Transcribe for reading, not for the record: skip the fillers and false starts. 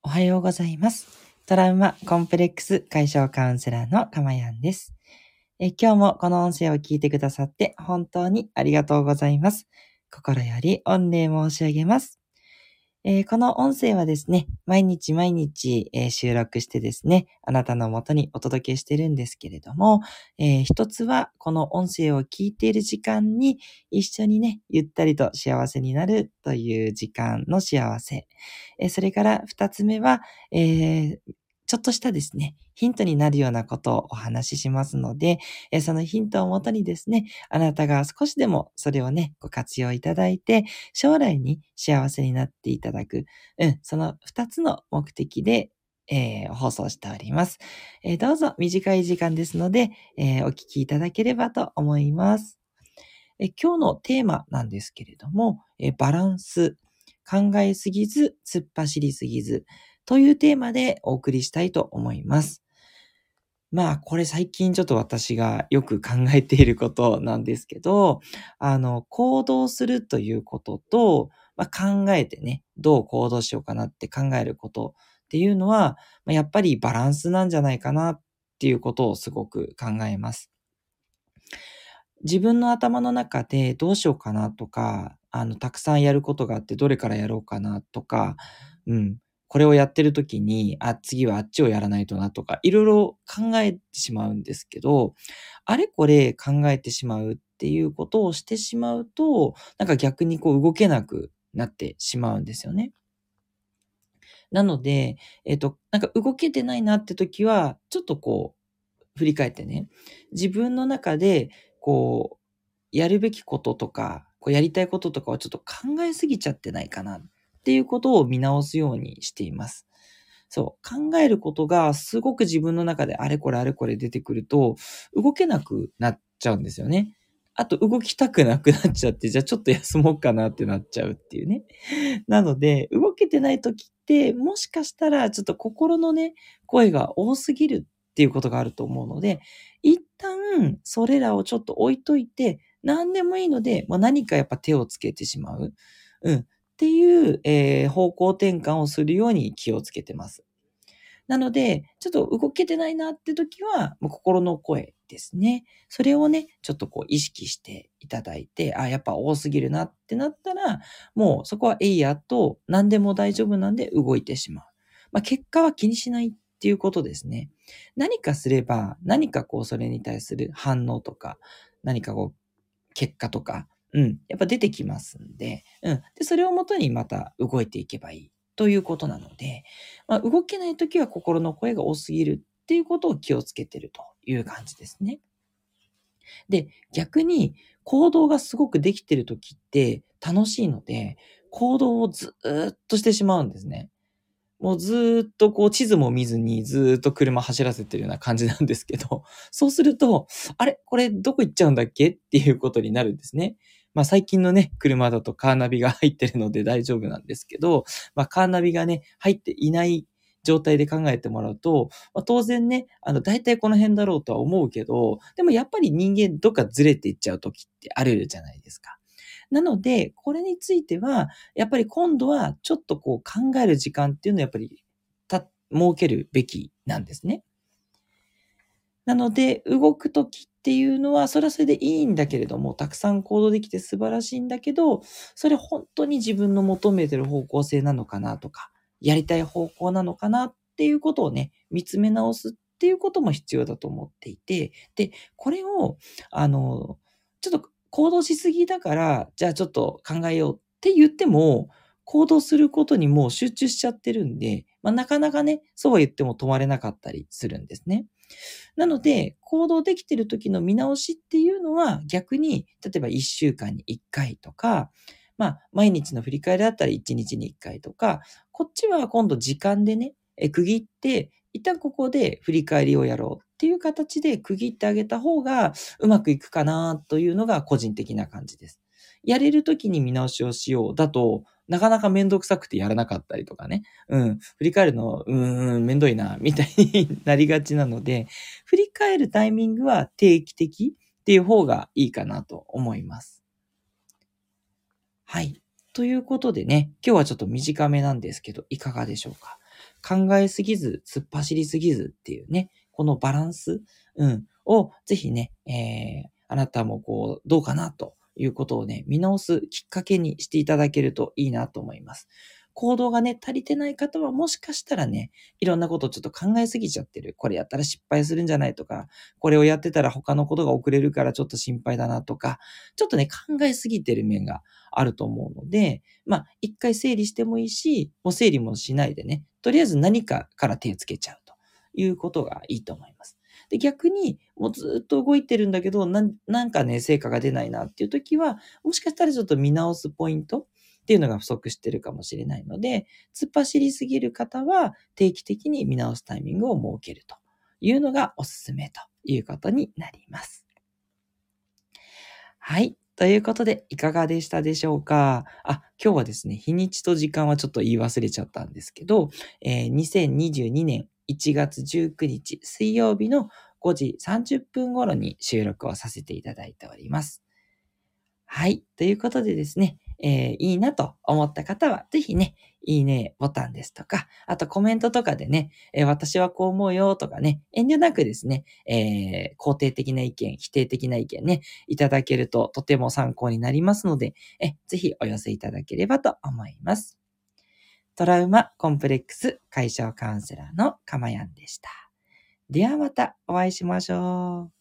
はようございます。トラウマコンプレックス解消カウンセラーのかまやんです。今日もこの音声を聞いてくださって本当にありがとうございます。心より御礼申し上げます。この音声はですね、毎日毎日、収録してですね、あなたのもとにお届けしてるんですけれども、一つはこの音声を聞いている時間に一緒にね、ゆったりと幸せになるという時間の幸せ。それから二つ目は、ちょっとしたですね、ヒントになるようなことをお話ししますので、そのヒントをもとにですね、あなたが少しでもそれをね、ご活用いただいて、将来に幸せになっていただく。その二つの目的で、放送しております。どうぞ短い時間ですので、お聞きいただければと思います。今日のテーマなんですけれども、バランス。考えすぎず、突っ走りすぎず。というテーマでお送りしたいと思います。これ最近ちょっと私がよく考えていることなんですけど、行動するということと、考えてね、どう行動しようかなって考えることっていうのは、やっぱりバランスなんじゃないかなっていうことをすごく考えます。自分の頭の中でどうしようかなとか、たくさんやることがあってどれからやろうかなとか、これをやってる時に、次はあっちをやらないとなとか、いろいろ考えてしまうんですけど、あれこれ考えてしまうっていうことをしてしまうと、なんか逆にこう動けなくなってしまうんですよね。なので、なんか動けてないなって時は、ちょっとこう、振り返ってね、自分の中で、こう、やるべきこととか、こうやりたいこととかをちょっと考えすぎちゃってないかなっていうことを見直すようにしています。そう、考えることがすごく自分の中であれこれあれこれ出てくると、動けなくなっちゃうんですよね。あと動きたくなくなっちゃって、じゃあちょっと休もうかなってなっちゃうっていうね。なので、動けてない時って、もしかしたらちょっと心のね、声が多すぎるっていうことがあると思うので、一旦それらをちょっと置いといて、何でもいいので、何かやっぱ手をつけてしまう。っていう、方向転換をするように気をつけてます。なので、ちょっと動けてないなって時は、もう心の声ですね。それをね、ちょっとこう意識していただいて、やっぱ多すぎるなってなったら、もうそこはやと何でも大丈夫なんで動いてしまう。結果は気にしないっていうことですね。何かすれば、何かこうそれに対する反応とか、何かこう結果とか、やっぱ出てきますんで、で、それをもとにまた動いていけばいいということなので、動けないときは心の声が多すぎるっていうことを気をつけてるという感じですね。で、逆に行動がすごくできてるときって楽しいので、行動をずーっとしてしまうんですね。もうずーっとこう地図も見ずにずーっと車走らせてるような感じなんですけど、そうすると、あれこれどこ行っちゃうんだっけっていうことになるんですね。最近のね、車だとカーナビが入ってるので大丈夫なんですけど、カーナビがね、入っていない状態で考えてもらうと、当然ね、大体この辺だろうとは思うけど、でもやっぱり人間どっかずれていっちゃう時ってあるじゃないですか。なので、これについては、やっぱり今度はちょっとこう考える時間っていうのをやっぱり、設けるべきなんですね。なので、動くときっていうのは、それはそれでいいんだけれども、たくさん行動できて素晴らしいんだけど、それ本当に自分の求めてる方向性なのかなとか、やりたい方向なのかなっていうことをね、見つめ直すっていうことも必要だと思っていて、で、これを、ちょっと行動しすぎだから、じゃあちょっと考えようって言っても、行動することにもう集中しちゃってるんで、なかなかね、そうは言っても止まれなかったりするんですね。なので、行動できている時の見直しっていうのは、逆に、例えば1週間に1回とか、毎日の振り返りだったら1日に1回とか、こっちは今度時間でね、区切って、一旦ここで振り返りをやろうっていう形で区切ってあげた方がうまくいくかなというのが個人的な感じです。やれる時に見直しをしようだと、なかなかめんどくさくてやらなかったりとかね。振り返るの、めんどいな、みたいになりがちなので、振り返るタイミングは定期的っていう方がいいかなと思います。はい。ということでね、今日はちょっと短めなんですけど、いかがでしょうか。 考えすぎず、突っ走りすぎずっていうね、このバランス、をぜひね、あなたもどうかなということをね、見直すきっかけにしていただけるといいなと思います。行動がね、足りてない方はもしかしたらね、いろんなことをちょっと考えすぎちゃってる。これやったら失敗するんじゃないとか、これをやってたら他のことが遅れるからちょっと心配だなとか、ちょっとね、考えすぎてる面があると思うので、一回整理してもいいし、もう整理もしないでね、とりあえず何かから手をつけちゃうということがいいと思います。で、逆に、もうずっと動いてるんだけど、なんかね、成果が出ないなっていう時は、もしかしたらちょっと見直すポイントっていうのが不足してるかもしれないので、突っ走りすぎる方は定期的に見直すタイミングを設けるというのがおすすめということになります。はい。ということで、いかがでしたでしょうか？今日はですね、日にちと時間はちょっと言い忘れちゃったんですけど、2022年1月19日水曜日の5時30分頃に収録をさせていただいております。はい。ということでですね、いいなと思った方は、ぜひね、いいねボタンですとか、あとコメントとかでね、私はこう思うよとかね、遠慮なくですね、肯定的な意見、否定的な意見ね、いただけるととても参考になりますので、ぜひお寄せいただければと思います。トラウマコンプレックス解消カウンセラーのかまやんでした。ではまたお会いしましょう。